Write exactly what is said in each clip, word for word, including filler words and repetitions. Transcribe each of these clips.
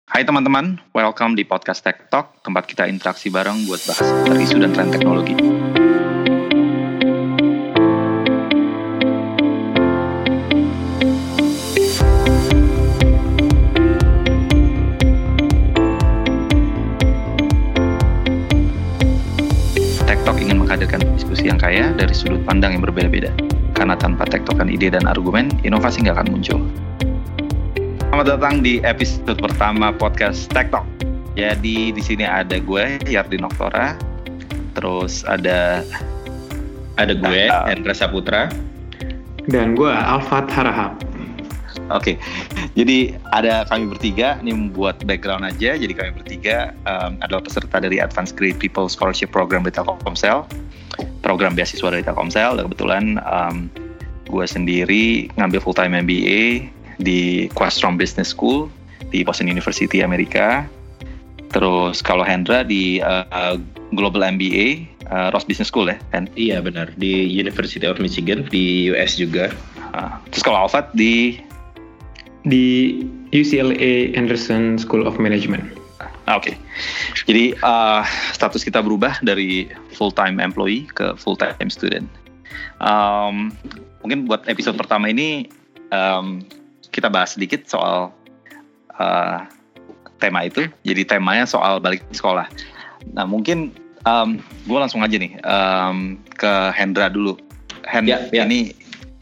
Hai teman-teman, welcome di podcast Tech Talk, tempat kita interaksi bareng buat bahas seputar isu dan tren teknologi. Tech Talk ingin menghadirkan diskusi yang kaya dari sudut pandang yang berbeda-beda. Karena tanpa tektokan ide dan argumen, inovasi nggak akan muncul. Selamat datang di episode pertama podcast Tech Talk. Jadi di sini ada gue Yardin Oktora, terus ada ada gue uh, Hendra Saputra, dan gue Alfat Harahap. Oke, okay. Jadi ada kami bertiga. Ini membuat background aja. Jadi kami bertiga um, adalah peserta dari Advanced Great People Scholarship Program di Telkomsel, program beasiswa dari Telkomsel. Dan kebetulan um, gue sendiri ngambil full time M B A di Questrom Business School di Boston University Amerika. Terus kalau Hendra di uh, Global M B A uh, Ross Business School ya kan? Iya benar, di University of Michigan di U S juga. Uh, terus kalau Alfat di di U C L A Anderson School of Management. Oke, okay. Jadi uh, status kita berubah dari full time employee ke full time student. Um, mungkin buat episode pertama ini um, kita bahas sedikit soal uh, tema itu. Jadi temanya soal balik sekolah. Nah mungkin um, gue langsung aja nih um, ke Hendra dulu. Hendra ya, ya. Ini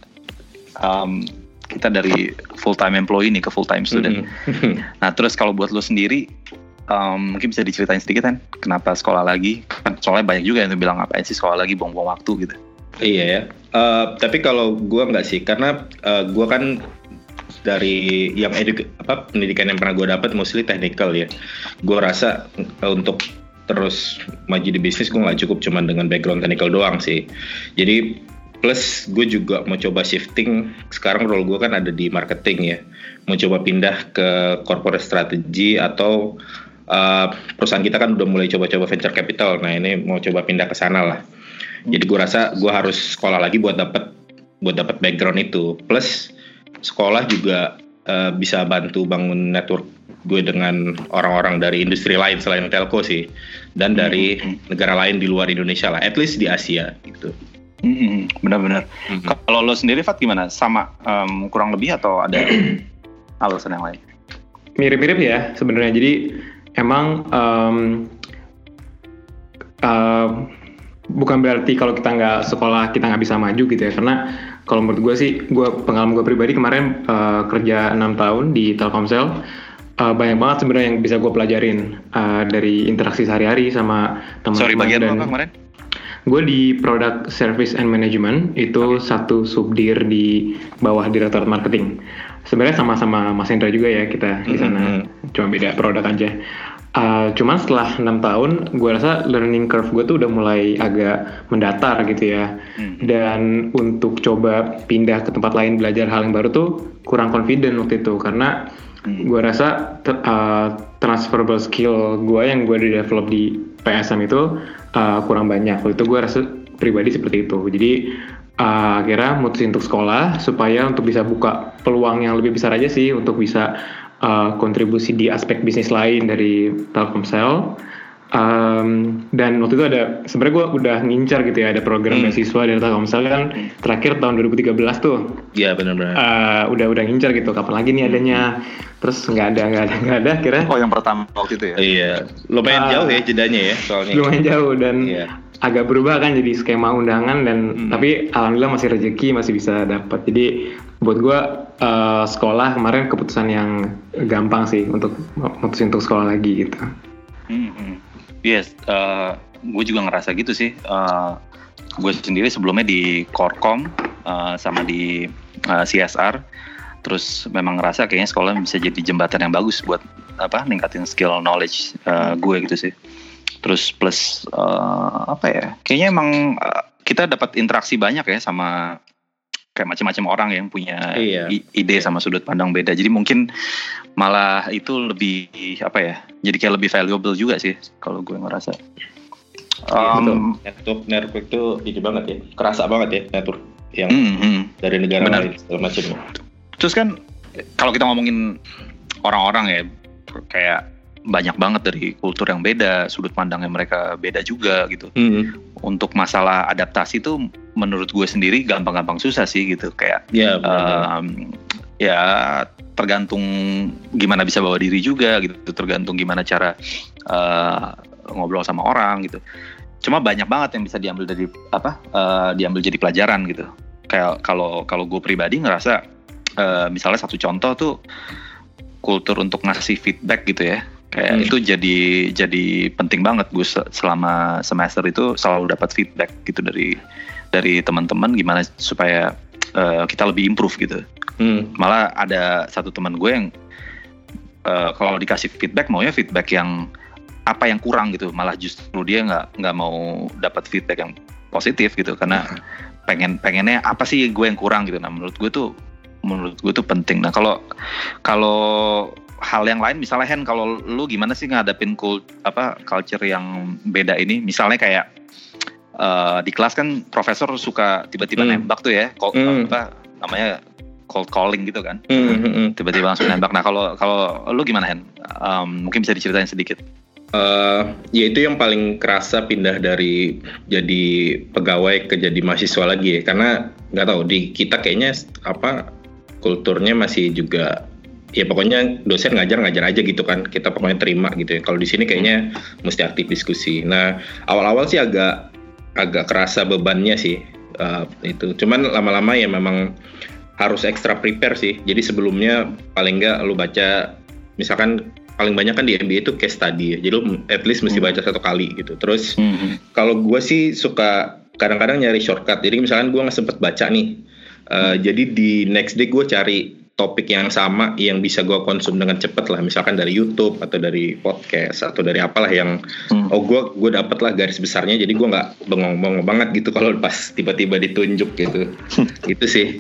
um, kita dari full time employee nih ke full time student. Mm-hmm. Nah terus kalau buat lo sendiri um, mungkin bisa diceritain sedikit kan kenapa sekolah lagi? Kan soalnya banyak juga yang bilang ngapain sih sekolah lagi, buang-buang waktu gitu. Iya ya. Uh, tapi kalau gue nggak sih, karena uh, gue kan dari yang eduk apa pendidikan yang pernah gue dapat mostly technical ya. Gue rasa uh, untuk terus maju di bisnis gue nggak cukup cuman dengan background technical doang sih. Jadi plus gue juga mau coba shifting. Sekarang role gue kan ada di marketing ya. Mau coba pindah ke corporate strategy atau uh, perusahaan kita kan udah mulai coba-coba venture capital. Nah ini mau coba pindah ke sana lah. Jadi gue rasa gue harus sekolah lagi buat dapat buat dapat background itu. Plus sekolah juga uh, bisa bantu bangun network gue dengan orang-orang dari industri lain selain telco sih, dan dari mm-hmm. negara lain di luar Indonesia lah, at least di Asia gitu. Mm-hmm. Benar-benar. Mm-hmm. Kalau lo sendiri Fat gimana? Sama um, kurang lebih atau ada alasan yang lain? Mirip-mirip ya sebenarnya. Jadi emang um, uh, bukan berarti kalau kita nggak sekolah kita nggak bisa maju gitu ya, karena kalau menurut gue sih, gue pengalaman gue pribadi kemarin uh, kerja enam tahun di Telkomsel, uh, banyak banget sebenarnya yang bisa gue pelajarin uh, dari interaksi sehari-hari sama teman-teman. Sorry, bagian apa kemarin? Gue di Product Service and Management, itu okay. Satu subdir di bawah Direktorat Marketing. Sebenarnya sama-sama Mas Hendra juga ya kita di sana, mm-hmm. cuma beda produk aja. Uh, cuman setelah enam tahun, gue rasa learning curve gue tuh udah mulai agak mendatar gitu ya. Hmm. Dan untuk coba pindah ke tempat lain belajar hal yang baru tuh kurang confident waktu itu. Karena hmm. gue rasa ter, uh, transferable skill gue yang gue develop di P S M itu uh, kurang banyak. Waktu itu gue rasa pribadi seperti itu. Jadi uh, akhirnya mutusin untuk sekolah supaya untuk bisa buka peluang yang lebih besar aja sih untuk bisa Uh, kontribusi di aspek bisnis lain dari Telkomsel. Um, dan waktu itu ada, sebenarnya gue udah ngincar gitu ya, ada program hmm. beasiswa dari Telkomsel kan terakhir tahun dua ribu tiga belas tuh. Iya benar-benar. Uh, udah udah ngincar gitu, kapan lagi nih adanya. Terus nggak ada nggak ada nggak ada kira. Oh yang pertama waktu itu ya? Iya. Lumayan uh, jauh ya jedanya ya soalnya. Lumayan jauh dan yeah. agak berubah kan jadi skema undangan dan hmm. tapi alhamdulillah masih rezeki, masih bisa dapat. Jadi buat gue uh, sekolah kemarin keputusan yang gampang sih untuk mutusin untuk sekolah lagi gitu. Hmm. Yes, uh, gue juga ngerasa gitu sih. Uh, gue sendiri sebelumnya di Korkom uh, sama di uh, C S R. Terus memang ngerasa kayaknya sekolah bisa jadi jembatan yang bagus buat apa ningkatin skill knowledge uh, gue gitu sih. Terus plus uh, apa ya? Kayaknya emang uh, kita dapat interaksi banyak ya sama kayak macam-macam orang yang punya iya. ide sama sudut pandang beda. Jadi mungkin malah itu lebih apa ya? Jadi kayak lebih valuable juga sih kalau gue ngerasa. Um, network network itu ini banget ya, kerasa banget ya network yang mm-hmm. dari negara Benar. lain segala macam. Terus kan kalau kita ngomongin orang-orang ya, kayak banyak banget dari kultur yang beda, sudut pandangnya mereka beda juga gitu. Hmm. Untuk masalah adaptasi tuh menurut gue sendiri gampang-gampang susah sih gitu, kayak Ya, um, ya tergantung gimana bisa bawa diri juga gitu, tergantung gimana cara uh, ngobrol sama orang gitu. Cuma banyak banget yang bisa diambil dari apa uh, diambil jadi pelajaran gitu. Kayak kalau kalau gue pribadi ngerasa uh, misalnya satu contoh tuh kultur untuk ngasih feedback gitu ya. Kayak hmm. itu jadi jadi penting banget. Gue selama semester itu selalu dapat feedback gitu dari dari teman-teman gimana supaya uh, kita lebih improve gitu. Hmm. Malah ada satu teman gue yang uh, kalau dikasih feedback maunya feedback yang apa yang kurang gitu. Malah justru dia nggak nggak mau dapat feedback yang positif gitu karena pengen pengennya apa sih gue yang kurang gitu. Nah menurut gue tuh menurut gue tuh penting. Nah kalau kalau hal yang lain misalnya Hen, kalau lu gimana sih ngadapin kult apa culture yang beda ini? Misalnya kayak uh, di kelas kan profesor suka tiba-tiba hmm. nembak tuh ya, call, hmm. apa namanya cold calling gitu kan, hmm. tiba-tiba langsung nembak. Nah kalau kalau lu gimana Hen? Um, mungkin bisa diceritain sedikit. Uh, ya itu yang paling kerasa pindah dari jadi pegawai ke jadi mahasiswa lagi ya, karena nggak tahu di kita kayaknya apa kulturnya masih juga ya pokoknya dosen ngajar-ngajar aja gitu kan, kita pokoknya terima gitu ya. Kalau di sini kayaknya mesti aktif diskusi. Nah awal-awal sih agak agak kerasa bebannya sih uh, itu. Cuman lama-lama ya memang harus extra prepare sih. Jadi sebelumnya paling nggak lu baca, misalkan paling banyak kan di M B A itu case study ya. Jadi lu at least mesti baca satu kali gitu. Terus mm-hmm. kalau gue sih suka kadang-kadang nyari shortcut. Jadi misalkan gue nggak sempet baca nih, uh, mm-hmm. jadi di next day gue cari topik yang sama yang bisa gue konsum dengan cepat lah, misalkan dari YouTube atau dari podcast atau dari apalah yang hmm. oh gue gue dapet lah garis besarnya, jadi gue nggak bengong-bengong banget gitu kalau pas tiba-tiba ditunjuk gitu. Itu sih.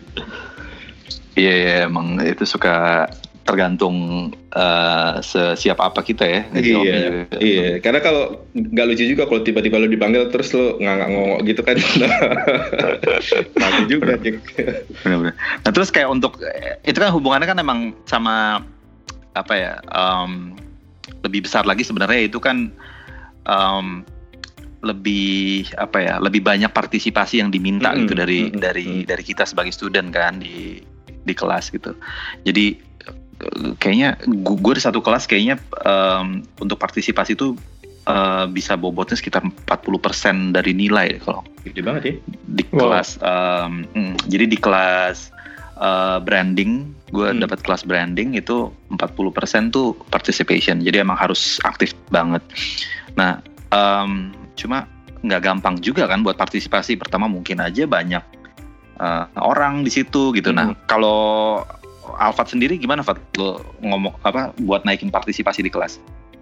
Iya yeah, yeah, emang itu suka tergantung uh, sesiap apa kita ya. Iya, iya. Karena kalau nggak lucu juga kalau tiba-tiba lo dipanggil terus lo ngangak-ngongok gitu kan. Lucu juga. Benar-benar. Nah terus kayak untuk itu kan hubungannya kan emang sama apa ya? Um, lebih besar lagi sebenarnya itu kan um, lebih apa ya? Lebih banyak partisipasi yang diminta mm-hmm. gitu dari mm-hmm. dari dari kita sebagai student kan di di kelas gitu. Jadi kayaknya gue di satu kelas kayaknya um, untuk partisipasi itu uh, bisa bobotnya sekitar empat puluh persen dari nilai kalau gede banget ya di kelas. Wow. Um, mm, jadi di kelas uh, branding gue hmm. dapat kelas branding itu empat puluh persen tuh participation. Jadi emang harus aktif banget. Nah um, cuma nggak gampang juga kan buat partisipasi. Pertama mungkin aja banyak uh, orang di situ gitu. Hmm. Nah kalau Alfat sendiri gimana Fat? Lo ngomong apa buat naikin partisipasi di kelas?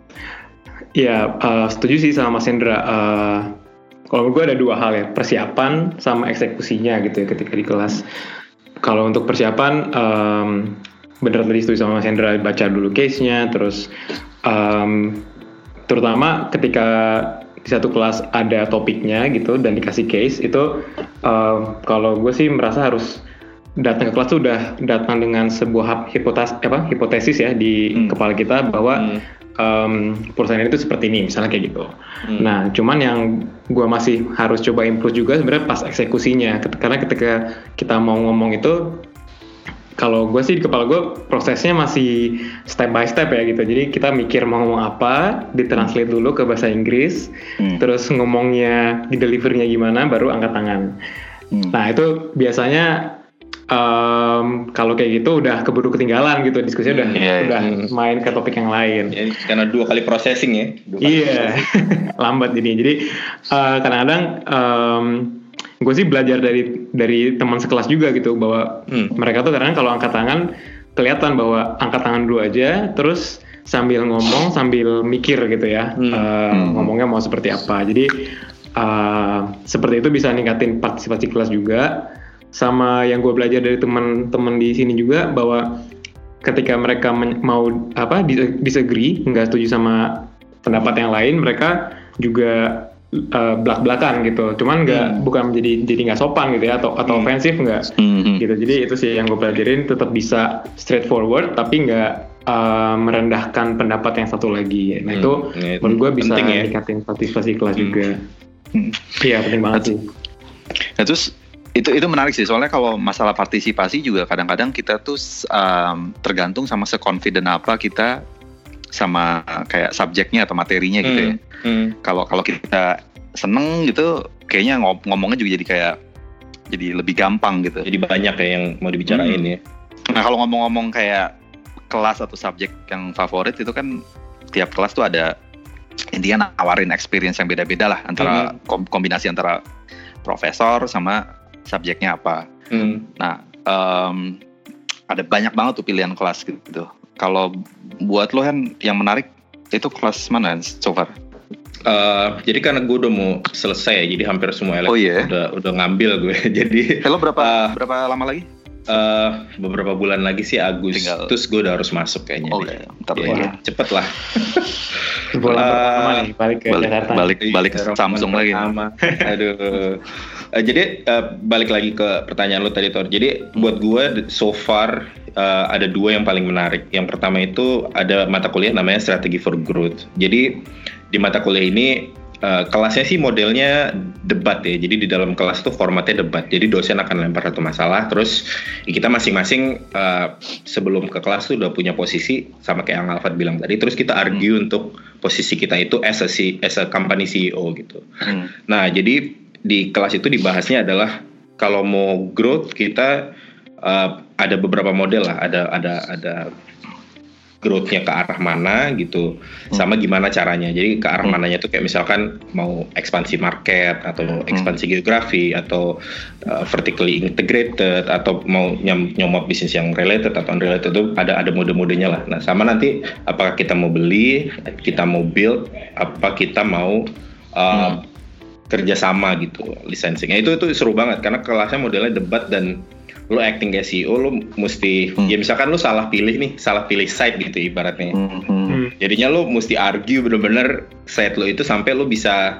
Ya uh, setuju sih sama Mas Hendra. Uh, kalau gue ada dua hal ya, persiapan sama eksekusinya gitu ya ketika di kelas. Kalau untuk persiapan um, bener tadi setuju sama Mas Hendra, baca dulu case-nya, terus um, terutama ketika di satu kelas ada topiknya gitu dan dikasih case itu uh, kalau gue sih merasa harus datang ke kelas tuh udah datang dengan sebuah hipotesis apa hipotesis ya di hmm. kepala kita bahwa hmm. um, perusahaan ini tuh seperti ini misalnya kayak gitu. Hmm. Nah, cuman yang gue masih harus coba improve juga sebenarnya pas eksekusinya, karena ketika kita mau ngomong itu, kalau gue sih di kepala gue prosesnya masih step by step ya gitu. Jadi kita mikir mau ngomong apa, ditranslate dulu ke bahasa Inggris, hmm. terus ngomongnya di delivery-nya gimana, baru angkat tangan. Hmm. Nah itu biasanya Um, kalau kayak gitu udah keburu ketinggalan gitu, diskusinya udah yeah, udah yeah. main ke topik yang lain. Ya, karena dua kali processing ya. Iya, lambat ini. Jadi uh, kadang-kadang um, gue sih belajar dari dari teman sekelas juga gitu bahwa hmm. mereka tuh kadang kalau angkat tangan kelihatan bahwa angkat tangan dulu aja, terus sambil ngomong sambil mikir gitu ya, hmm. Uh, hmm. ngomongnya mau seperti apa. Jadi uh, seperti itu bisa ningkatin partisipasi kelas juga. Sama yang gue belajar dari teman-teman di sini juga bahwa ketika mereka men- mau apa disagree, nggak setuju sama pendapat yang lain, mereka juga uh, belak-belakan gitu. Cuman nggak hmm. bukan menjadi jadi nggak sopan gitu ya atau atau hmm. ofensif nggak hmm. gitu. Jadi itu sih yang gue pelajarin, tetap bisa straightforward tapi nggak uh, merendahkan pendapat yang satu lagi. Nah hmm, itu ya, menurut gue bisa ya. Ningkatin partisipasi kelas hmm. juga. Iya hmm. penting banget sih. Nah terus itu itu menarik sih, soalnya kalau masalah partisipasi juga kadang-kadang kita tuh um, tergantung sama seconfident apa kita sama kayak subjeknya atau materinya gitu hmm. ya. Kalau hmm. kalau kita seneng gitu, kayaknya ngom- ngomongnya juga jadi kayak jadi lebih gampang gitu. Jadi banyak ya yang mau dibicarain hmm. ya. Nah kalau ngomong-ngomong kayak kelas atau subjek yang favorit itu kan tiap kelas tuh ada intinya nawarin experience yang beda-beda lah antara hmm. kombinasi antara profesor sama subjeknya apa. Hmm. Nah um, ada banyak banget tuh pilihan kelas gitu. Kalau buat lo kan yang menarik itu kelas mana so far? Uh, jadi karena gue udah mau selesai, jadi hampir semua elek oh, yeah. udah udah ngambil gue. Jadi lo berapa uh, berapa lama lagi? Uh, beberapa bulan lagi sih Agustus, Tinggal. Terus gue udah harus masuk kayaknya. Oh iya, bentar ya, lagi. Cepet lah. uh, balik ke balik, Jakarta. Balik balik ke Samsung lagi. Aduh. Uh, jadi uh, balik lagi ke pertanyaan lo tadi Tor. Jadi buat gue so far uh, ada dua yang paling menarik. Yang pertama itu ada mata kuliah namanya Strategy for Growth. Jadi di mata kuliah ini uh, kelasnya sih modelnya debat ya. Jadi di dalam kelas tuh formatnya debat. Jadi dosen akan lempar satu masalah, terus ya kita masing-masing uh, sebelum ke kelas tuh udah punya posisi sama kayak yang Alfat bilang tadi. Terus kita argue hmm. untuk posisi kita itu as a, as a company C E O gitu. Hmm. Nah jadi di kelas itu dibahasnya adalah kalau mau growth kita uh, ada beberapa model lah. Ada ada ada growth-nya ke arah mana gitu, sama gimana caranya. Jadi ke arah mananya tuh kayak misalkan mau ekspansi market atau ekspansi geografi atau uh, vertically integrated atau mau nyam, nyomot bisnis yang related atau unrelated, itu ada ada mode-modenya lah. Nah sama nanti apakah kita mau beli, kita mau build, apa kita mau uh, hmm. kerjasama gitu, licensing. Itu itu seru banget karena kelasnya modelnya debat dan lo acting kayak C E O, lo mesti hmm. ya misalkan lo salah pilih nih, salah pilih side gitu ibaratnya. Hmm. Jadinya lo mesti argue bener-bener side lo itu sampai lo bisa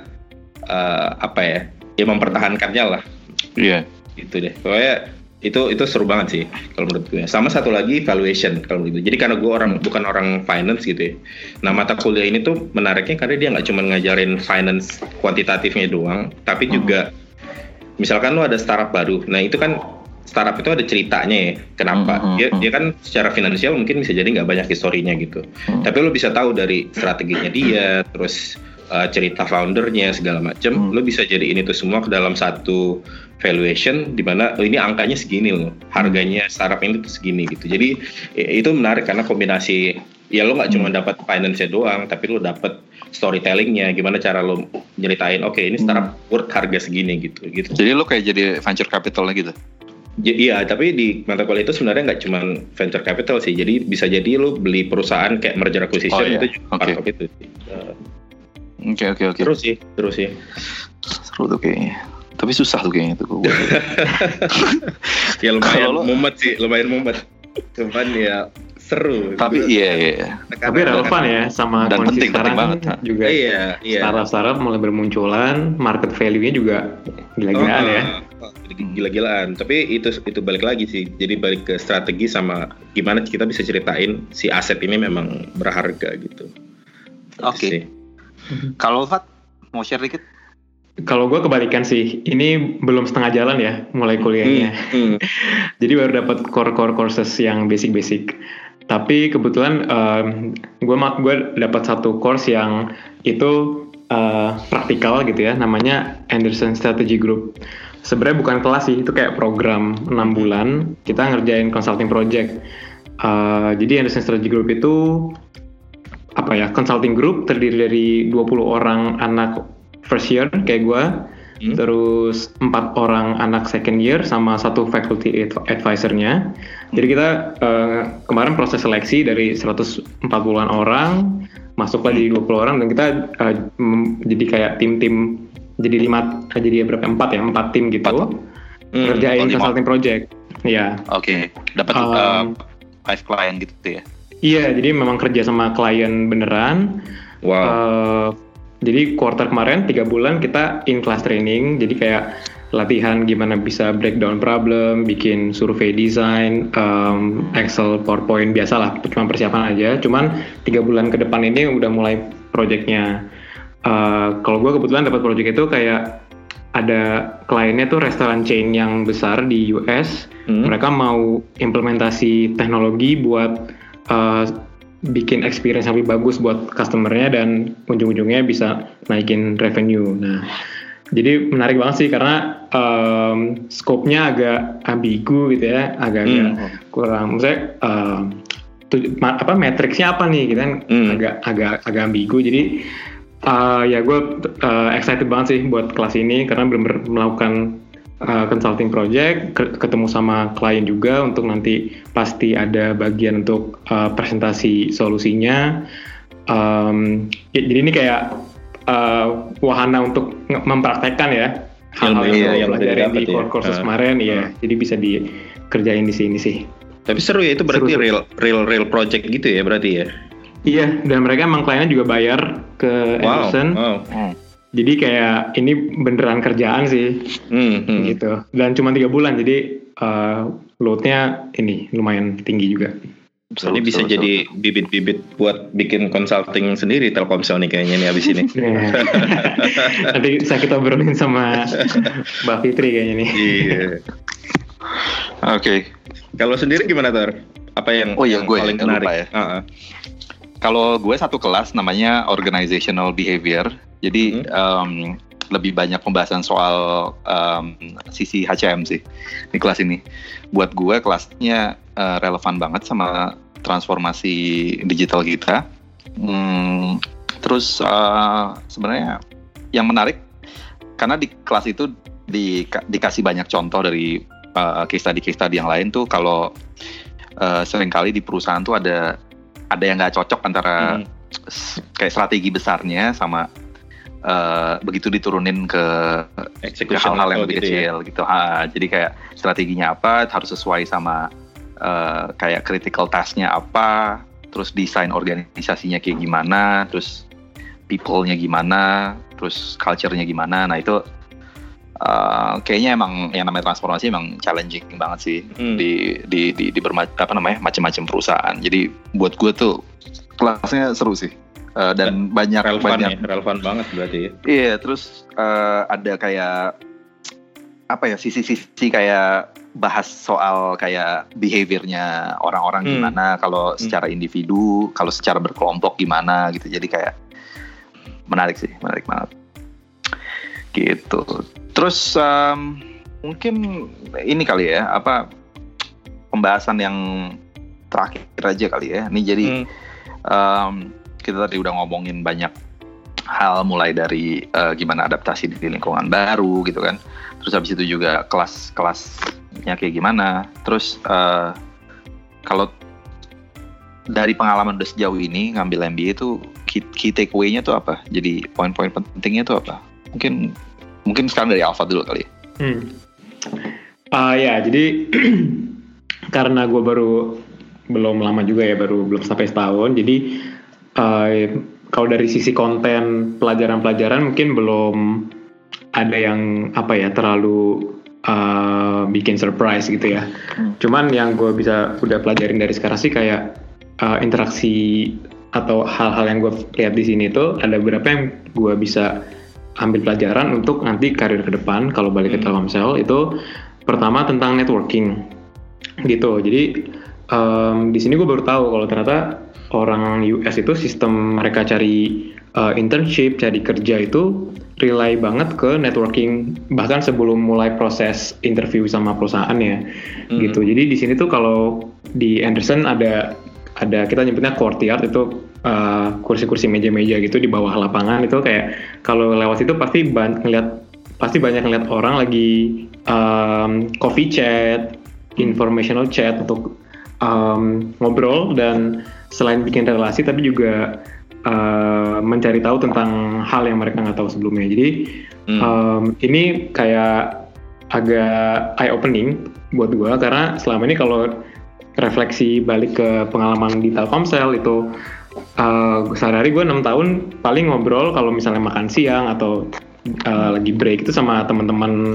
uh, apa ya, ya mempertahankannya lah. Iya. Yeah. Gitu deh. Pokoknya itu itu seru banget sih kalau menurut gue. Sama satu lagi valuation kalau gitu. Jadi karena gue orang bukan orang finance gitu ya. Nah mata kuliah ini tuh menariknya karena dia nggak cuma ngajarin finance kuantitatifnya doang, tapi juga hmm. misalkan lo ada startup baru. Nah itu kan startup itu ada ceritanya ya, kenapa? Mm-hmm. Dia, dia kan secara finansial mungkin bisa jadi nggak banyak historinya gitu. Mm-hmm. Tapi lo bisa tahu dari strateginya dia, terus uh, cerita foundernya segala macam. Mm-hmm. Lo bisa jadi ini tuh semua ke dalam satu valuation, di mana oh, ini angkanya segini loh, harganya startup ini tuh segini gitu. Jadi itu menarik karena kombinasi ya lo nggak cuma dapat finance-nya doang, tapi lo dapat storytellingnya, gimana cara lo nyeritain, oke okay, ini startup worth harga segini gitu. Gitu. Jadi lo kayak jadi venture capital gitu. Iya, tapi di mata kuliah itu sebenarnya nggak cuma venture capital sih. Jadi bisa jadi lo beli perusahaan kayak merger acquisition, oh, iya. itu juga okay. part of itu. Oke oke oke. Terus sih, terus sih. Seru tuh kayaknya. Tapi susah tuh kayaknya tuh. Ya lumayan mumet sih, lumayan mumet. Cuman ya seru. Tapi iya iya. Tapi relevan ya sama dan kondisi penting, sekarang penting banget, juga. Iya, iya. Startup-startup mulai bermunculan, market value-nya juga gila-gilaan oh, ya. Gila-gilaan. Tapi itu itu balik lagi sih. Jadi balik ke strategi sama gimana kita bisa ceritain si aset ini memang berharga gitu. Oke. Okay. Kalau Fat mau share dikit? Kalau gue kebalikan sih, ini belum setengah jalan ya mulai kuliahnya. Hmm, hmm. Jadi baru dapat core-core courses yang basic-basic. Tapi kebetulan um, gue gue dapat satu course yang itu uh, praktikal gitu ya, namanya Anderson Strategy Group. Sebenarnya bukan kelas sih, itu kayak program enam bulan kita ngerjain consulting project. Uh, jadi Anderson Strategy Group itu apa ya, consulting group terdiri dari dua puluh orang anak first year kayak gue, hmm. terus empat orang anak second year sama satu faculty advisor-nya. Jadi kita uh, kemarin proses seleksi dari seratus empat puluhan orang, masuklah hmm. jadi dua puluh orang dan kita uh, m- jadi kayak tim-tim, jadi lima, jadi berapa empat ya, empat tim gitu, hmm. ngerjain oh, consulting project. Iya. Oke, okay. Dapat um, uh, five client gitu ya? Iya, jadi memang kerja sama klien beneran. Wow. Uh, Jadi quarter kemarin tiga bulan kita in class training, jadi kayak latihan gimana bisa breakdown problem, bikin survei design, um, Excel, PowerPoint, biasalah, cuma persiapan aja. Cuman tiga bulan ke depan ini udah mulai projectnya. Uh, kalau gue kebetulan dapat project itu kayak ada kliennya tuh restoran chain yang besar di U S. Hmm. Mereka mau implementasi teknologi buat uh, bikin experience yang lebih bagus buat customer-nya dan ujung-ujungnya bisa naikin revenue. Nah, jadi menarik banget sih karena um, scope-nya agak ambigu gitu ya, agak-agak hmm. kurang. Maksudnya um, tu, ma, apa matriksnya apa nih? Gitu kan hmm. agak agak agak ambigu. Jadi uh, ya gue uh, excited banget sih buat kelas ini karena benar-benar melakukan Uh, consulting project, ketemu sama klien juga untuk nanti pasti ada bagian untuk uh, presentasi solusinya. Um, ya, jadi ini kayak uh, wahana untuk mempraktekkan ya hal-hal yang, yang pelajarin di ya. Courses uh, kemarin, uh. ya. Jadi bisa dikerjain di sini sih. Tapi seru ya, itu berarti seru, real, real, real project gitu ya berarti ya? Iya, dan mereka emang kliennya juga bayar ke wow, Anderson. Wow. Jadi kayak ini beneran kerjaan sih, hmm, hmm. gitu. Dan cuma tiga bulan, jadi uh, load-nya ini lumayan tinggi juga. So, ini bisa so, jadi so. bibit-bibit buat bikin consulting sendiri Telkomsel nih kayaknya nih abis ini. Nanti saya kita obrolin sama Mbak Fitri kayaknya nih. Iya. Oke. Okay. Kalau sendiri gimana Tor? Apa yang, oh, ya, yang gue paling ya, menarik? Ya. Uh-huh. Kalau gue satu kelas namanya Organizational Behavior. Jadi um, lebih banyak pembahasan soal um, sisi H C M sih di kelas ini. Buat gue kelasnya uh, relevan banget sama transformasi digital kita. Hmm, terus uh, sebenarnya yang menarik karena di kelas itu di, dikasih banyak contoh dari uh, case study case study yang lain tuh kalau uh, seringkali di perusahaan tuh ada ada yang nggak cocok antara hmm. kayak strategi besarnya sama Uh, begitu diturunin ke, ke hal-hal yang lebih gitu kecil ya? Gitu. Ha, jadi kayak strateginya apa harus sesuai sama uh, kayak critical task-nya apa, terus desain organisasinya kayak gimana, terus people-nya gimana, terus culture-nya gimana. Nah itu uh, kayaknya emang yang namanya transformasi emang challenging banget sih hmm. di di di, di berma- apa namanya macam-macam perusahaan. Jadi buat gue tuh kelasnya seru sih. Uh, dan banyak relevan banyak ya, relevan banget berarti ya. Iya, terus uh, ada kayak apa ya sisi-sisi kayak bahas soal kayak behaviornya orang-orang hmm. gimana kalau hmm. secara individu, kalau secara berkelompok gimana gitu. Jadi kayak menarik sih, menarik banget. Gitu. Terus um, mungkin ini kali ya, apa pembahasan yang terakhir aja kali ya. Ini jadi hmm. um, kita tadi udah ngomongin banyak hal mulai dari uh, gimana adaptasi di lingkungan baru gitu kan. Terus habis itu juga kelas-kelasnya kayak gimana. Terus uh, kalau dari pengalaman udah sejauh ini ngambil M B A itu key, key takeaway-nya tuh apa? Jadi poin-poin pentingnya tuh apa? Mungkin mungkin sekarang dari Alfa dulu kali. Hmm. Uh, ya jadi karena gue baru belum lama juga ya, baru belum sampai setahun. Jadi Uh, kalau dari sisi konten pelajaran-pelajaran mungkin belum ada yang apa ya terlalu uh, bikin surprise gitu ya. Hmm. Cuman yang gue bisa udah pelajarin dari sekarang sih kayak uh, interaksi atau hal-hal yang gue lihat di sini tuh ada beberapa yang gue bisa ambil pelajaran untuk nanti karir ke depan kalau balik ke Telkomsel. Itu pertama tentang networking gitu. Jadi um, di sini gue baru tahu kalau ternyata orang U S itu sistem mereka cari uh, internship, cari kerja itu rely banget ke networking bahkan sebelum mulai proses interview sama perusahaannya mm-hmm. gitu. Jadi di sini tuh kalau di Anderson ada ada kita nyebutnya courtyard itu uh, kursi-kursi meja-meja gitu di bawah lapangan itu kayak kalau lewat itu pasti banyak ngeliat pasti banyak ngeliat orang lagi um, coffee chat, informational chat untuk um, ngobrol dan selain bikin relasi tapi juga uh, mencari tahu tentang hal yang mereka nggak tahu sebelumnya. Jadi hmm. um, ini kayak agak eye opening buat gue karena selama ini kalau refleksi balik ke pengalaman di Telkomsel itu uh, sehari-hari gue enam tahun paling ngobrol kalau misalnya makan siang atau uh, lagi break itu sama teman-teman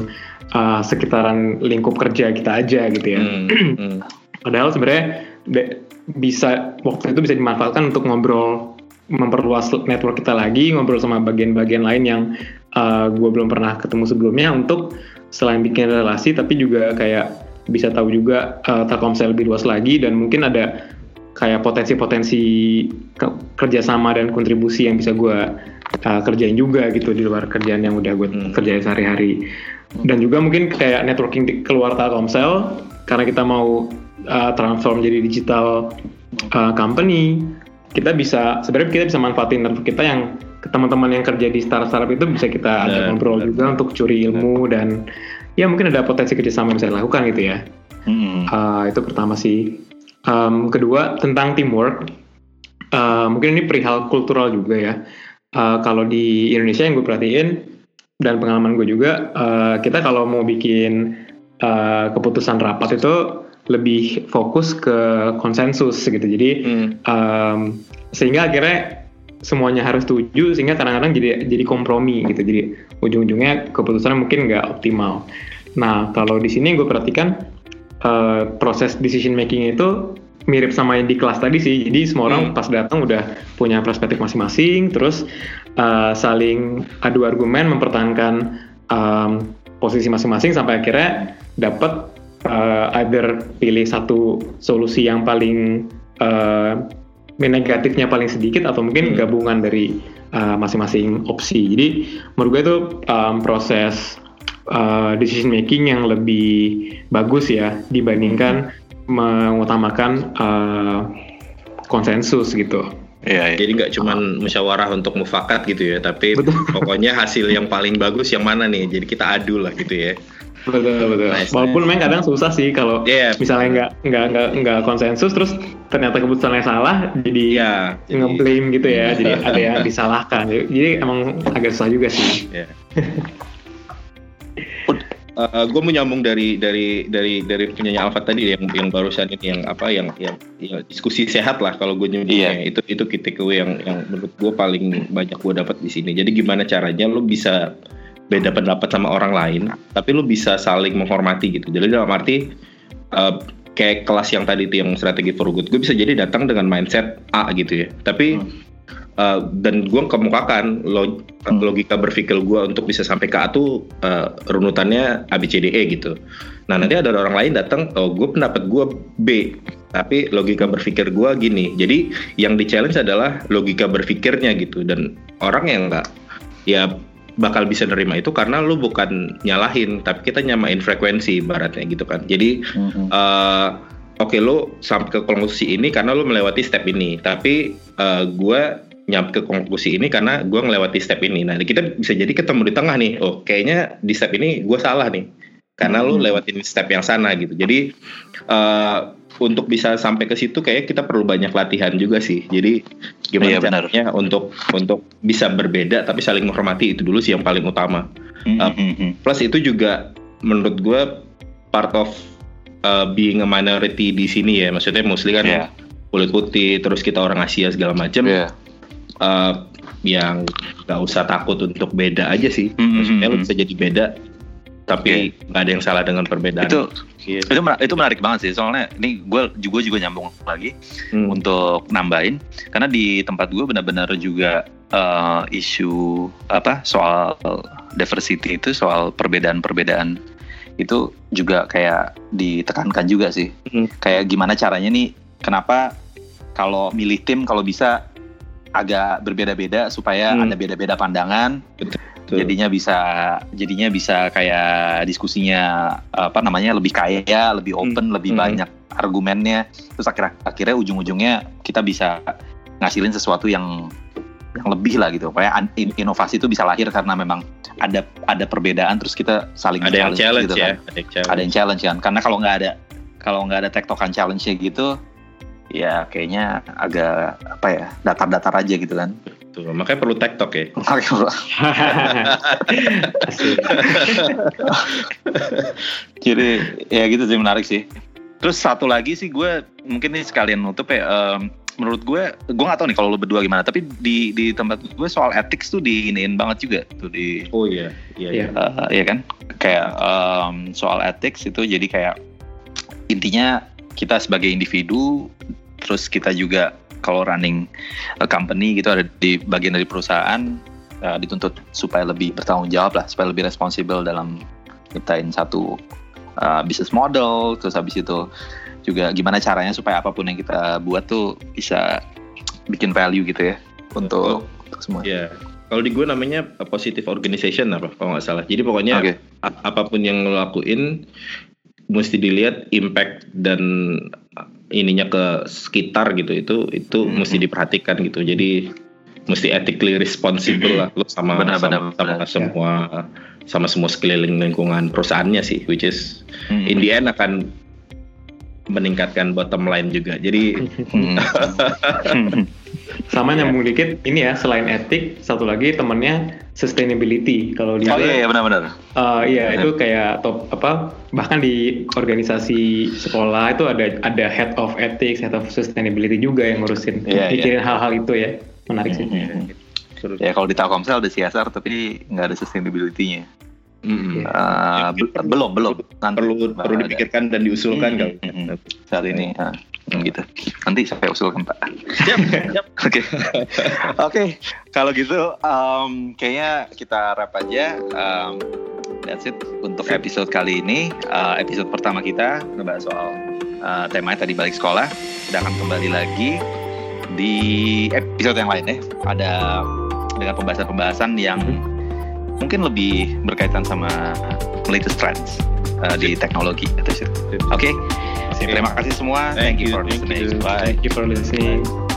uh, sekitaran lingkup kerja kita aja gitu ya. Hmm, hmm. Padahal sebenarnya de- bisa waktu itu bisa dimanfaatkan untuk ngobrol, memperluas network kita lagi, ngobrol sama bagian-bagian lain yang uh, gue belum pernah ketemu sebelumnya, untuk selain bikin relasi tapi juga kayak bisa tahu juga uh, Telkomsel lebih luas lagi, dan mungkin ada kayak potensi-potensi ke- kerjasama dan kontribusi yang bisa gue uh, kerjain juga gitu di luar kerjaan yang udah gue hmm. kerjain sehari-hari. Dan juga mungkin kayak networking di keluar Telkomsel, karena kita mau uh, transform jadi digital uh, company, kita bisa sebenarnya kita bisa manfaatin network kita yang ke teman-teman yang kerja di startup-startup itu, bisa kita ada ngobrol juga untuk curi ilmu, dan ya mungkin ada potensi kerjasama yang bisa dilakukan gitu ya. Hmm. Uh, itu pertama sih. Um, kedua tentang teamwork, uh, mungkin ini perihal kultural juga ya. Uh, kalau di Indonesia yang gue perhatiin dan pengalaman gue juga, uh, kita kalau mau bikin uh, keputusan rapat itu lebih fokus ke konsensus gitu. Jadi hmm. um, sehingga akhirnya semuanya harus setuju, sehingga kadang-kadang jadi jadi kompromi gitu. Jadi ujung-ujungnya keputusannya mungkin nggak optimal. Nah kalau di sini gue perhatikan Uh, proses decision making itu mirip sama yang di kelas tadi sih. Jadi semua orang hmm. pas datang udah punya perspektif masing-masing, terus uh, saling adu argumen, mempertahankan um, posisi masing-masing sampai akhirnya dapat uh, either pilih satu solusi yang paling uh, negatifnya paling sedikit, atau mungkin hmm. gabungan dari uh, masing-masing opsi. Jadi menurut gue itu um, proses Uh, decision making yang lebih bagus ya dibandingkan mengutamakan uh, konsensus gitu. Ya, ya. Jadi nggak cuman musyawarah untuk mufakat gitu ya, tapi betul. Pokoknya hasil yang paling bagus yang mana nih? Jadi kita adu lah gitu ya. Betul betul. Nice, Walaupun memang kadang susah sih kalau yeah, misalnya nggak nggak nggak nggak konsensus, terus ternyata keputusannya salah, jadi yeah, ngeblame gitu ya. Jadi ada yang disalahkan. Jadi emang agak susah juga sih. Yeah. Uh, gue mau nyambung dari dari dari dari penyanyi Alfat tadi yang yang barusan ini, yang apa yang yang, yang diskusi sehat lah kalau gue nyebutnya. Iya. Itu itu takeaway yang yang menurut gue paling banyak gue dapat di sini. Jadi gimana caranya lo bisa beda pendapat sama orang lain, tapi lo bisa saling menghormati gitu. Jadi dalam arti uh, kayak kelas yang tadi itu yang strategi for good, gue bisa jadi datang dengan mindset A gitu ya, tapi hmm. Uh, dan gue kemukakan log, hmm. logika berpikir gue untuk bisa sampai ke A tuh uh, runutannya A B C D E gitu. Nah nanti ada orang lain datang, oh gue pendapat gue B, tapi logika berpikir gue gini. Jadi yang di challenge adalah logika berpikirnya gitu, dan orang yang nggak ya bakal bisa nerima itu karena lu bukan nyalahin, tapi kita nyamain frekuensi ibaratnya gitu kan. Jadi hmm. uh, oke okay, lu sampai ke konklusi ini karena lu melewati step ini, tapi uh, gue nyampe ke konklusi ini karena gue ngelewati step ini. Nah kita bisa jadi ketemu di tengah nih. Oh kayaknya di step ini gue salah nih, karena hmm. lu lewatin step yang sana gitu. Jadi uh, untuk bisa sampai ke situ kayak kita perlu banyak latihan juga sih. Jadi gimana iya, caranya untuk untuk bisa berbeda tapi saling menghormati, itu dulu sih yang paling utama. Hmm. Uh, plus itu juga menurut gue part of uh, being a minority di sini ya. Maksudnya mostly kan yeah. kulit putih, terus kita orang Asia segala macam. Yeah. Uh, yang nggak usah takut untuk beda aja sih. Mm-hmm. Maksudnya lu bisa jadi beda, tapi nggak okay. ada yang salah dengan perbedaan. Itu yeah. itu, itu menarik banget sih. Soalnya ini gue juga juga nyambung lagi mm. untuk nambahin, karena di tempat gue benar-benar juga uh, isu apa soal diversity itu, soal perbedaan-perbedaan itu juga kayak ditekankan juga sih. Mm. Kayak gimana caranya nih? Kenapa kalau milih tim kalau bisa agak berbeda-beda supaya hmm. ada beda-beda pandangan, betul, betul. jadinya bisa jadinya bisa kayak diskusinya apa namanya lebih kaya, lebih open, hmm. lebih hmm. banyak argumennya, terus akhirnya akhirnya ujung-ujungnya kita bisa ngasilin sesuatu yang yang lebih lah gitu. Kayak inovasi itu bisa lahir karena memang ada ada perbedaan, terus kita saling ada yang challenge gitu, ya, kan. ada, yang challenge. ada yang challenge kan, karena kalau nggak ada kalau nggak ada tektokan challenge-nya gitu, ya kayaknya agak apa ya, datar-datar aja gitu kan. Tuh, makanya perlu tektok ya. Jadi ya gitu sih, menarik sih. Terus satu lagi sih gue mungkin nih sekalian nutup ya, um, menurut gue, gue nggak tahu nih kalau lo berdua gimana. Tapi di di tempat gue soal ethics tuh diiniin banget juga tuh di. Oh iya, iya, iya. Uh, iya kan, kayak um, soal ethics itu jadi kayak intinya kita sebagai individu, terus kita juga kalau running a company gitu ada di bagian dari perusahaan uh, dituntut supaya lebih bertanggung jawab lah, supaya lebih responsibel dalam nyiptain satu uh, business model, terus habis itu juga gimana caranya supaya apapun yang kita buat tuh bisa bikin value gitu ya untuk, oh, untuk semua. Iya. Kalau di gue namanya positive organization apa kalau nggak salah. Jadi pokoknya okay. ap- apapun yang lo lakuin mesti dilihat impact dan ininya ke sekitar gitu. Itu itu hmm. mesti diperhatikan gitu. Jadi mesti ethically responsible lah lo sama benar, sama, benar, sama benar, semua ya. sama semua sekeliling lingkungan perusahaannya sih, which is hmm. in the end akan meningkatkan bottom line juga. Jadi sama nyambung dikit ini ya, selain etik satu lagi temennya sustainability. Kalau di oh iya, iya benar-benar. Uh, iya itu kayak top apa bahkan di organisasi sekolah itu ada ada head of ethics, head of sustainability juga yang ngurusin yeah, mikirin yeah. hal-hal itu ya. Menarik sih. Mm-hmm. Ya kalau di Telkomsel ada C S R tapi nggak ada sustainability-nya. Mm-hmm. Uh, ya, perlu, belum belum nanti perlu perlu dipikirkan dan diusulkan mm-hmm. kalau mm-hmm. saat ini uh, gitu nanti saya usulkan Pak. Siap, siap. Oke oke kalau gitu um, kayaknya kita wrap aja. Um, that's it untuk episode kali ini. Uh, episode pertama kita ngebahas soal uh, temanya tadi balik sekolah. Kita akan kembali lagi di episode yang lain ya. Ada dengan pembahasan-pembahasan yang mungkin lebih berkaitan sama latest trends uh, di teknologi. Oke, okay. Terima kasih semua. Thank, Thank you you for thank listening. You. Bye. Thank you for listening.